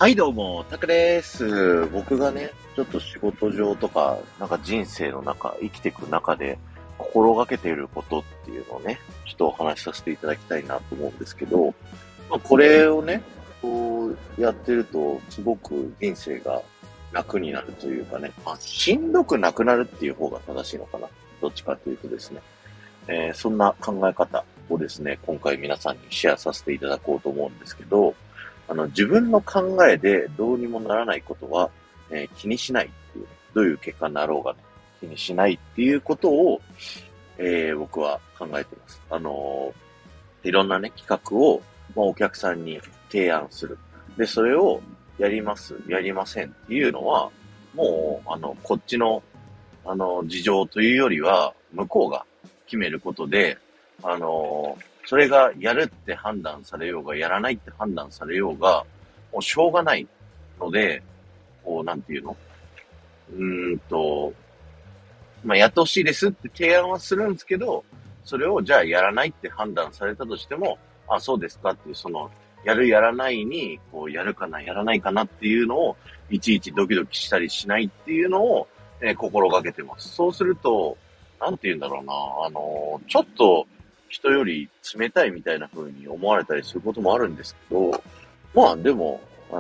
はいどうも、タクです。僕がね、ちょっと仕事上とか、なんか人生の中、生きていく中で、心がけていることっていうのをね、ちょっとお話しさせていただきたいなと思うんですけど、これをね、こうやってると、すごく人生が楽になるというかね、しんどくなくなるっていう方が正しいのかな。どっちかというとですね、そんな考え方をですね、今回皆さんにシェアさせていただこうと思うんですけど、自分の考えでどうにもならないことは、気にしないっていう、どういう結果になろうがね、気にしないっていうことを、僕は考えています。いろんなね、企画を、お客さんに提案する。で、それをやります、やりませんっていうのは、もう、こっちの、事情というよりは、向こうが決めることで、それがやるって判断されようが、やらないって判断されようが、もうしょうがないので、こう、なんていうのうーんと、やってほしいですって提案はするんですけど、それをじゃあやらないって判断されたとしても、あ、そうですかっていう、やるやらないに、こう、やるかな、やらないかなっていうのを、いちいちドキドキしたりしないっていうのを、心がけてます。そうすると、なんて言うんだろうな、ちょっと人より冷たいみたいな風に思われたりすることもあるんですけど、でも、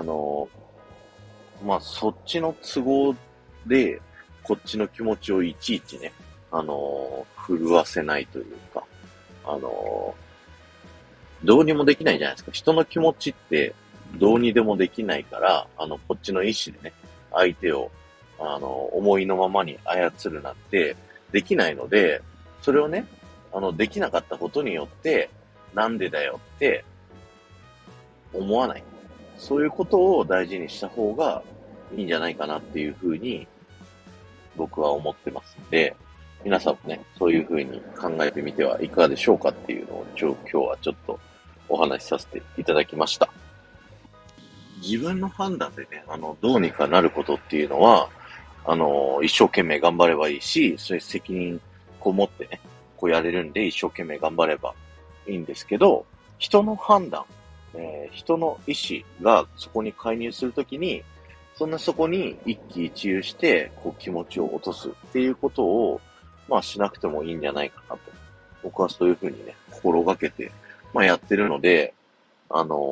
そっちの都合で、こっちの気持ちをいちいちね、震わせないというか、あのどうにもできないじゃないですか。人の気持ちってどうにでもできないから、こっちの意思でね、相手を、思いのままに操るなんてできないので、それをね、できなかったことによって、なんでだよって思わない。そういうことを大事にした方がいいんじゃないかなっていうふうに僕は思ってますんで、皆さんもね、そういうふうに考えてみてはいかがでしょうかっていうのを今日はちょっとお話しさせていただきました。自分の判断でね、どうにかなることっていうのは、一生懸命頑張ればいいし、そういう責任こう持ってね、こうやれるんで一生懸命頑張ればいいんですけど、人の判断、人の意思がそこに介入するときに、そこに一喜一憂して、こう気持ちを落とすっていうことを、しなくてもいいんじゃないかなと。僕はそういうふうにね、心がけて、やってるので、あの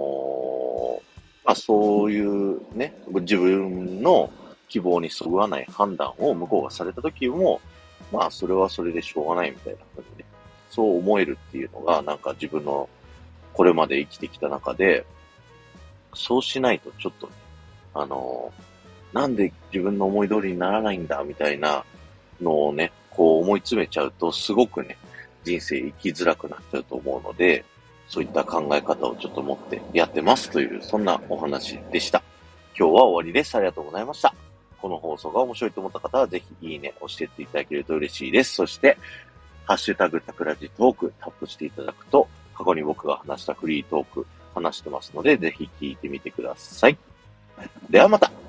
そういうね、自分の希望にそぐわない判断を向こうがされた時も、それはそれでしょうがないみたいな風にね、そう思えるっていうのが、なんか自分のこれまで生きてきた中で、そうしないとちょっとね、あのなんで自分の思い通りにならないんだ、みたいなのをね、こう思い詰めちゃうと、すごくね、人生生きづらくなっちゃうと思うので、そういった考え方をちょっと持ってやってますという、そんなお話でした。今日は終わりです。ありがとうございました。この放送が面白いと思った方は、ぜひいいね、押してっていただけると嬉しいです。そして、ハッシュタグタクラジトークタップしていただくと、過去に僕が話したフリートーク話してますので、ぜひ聞いてみてください。ではまた。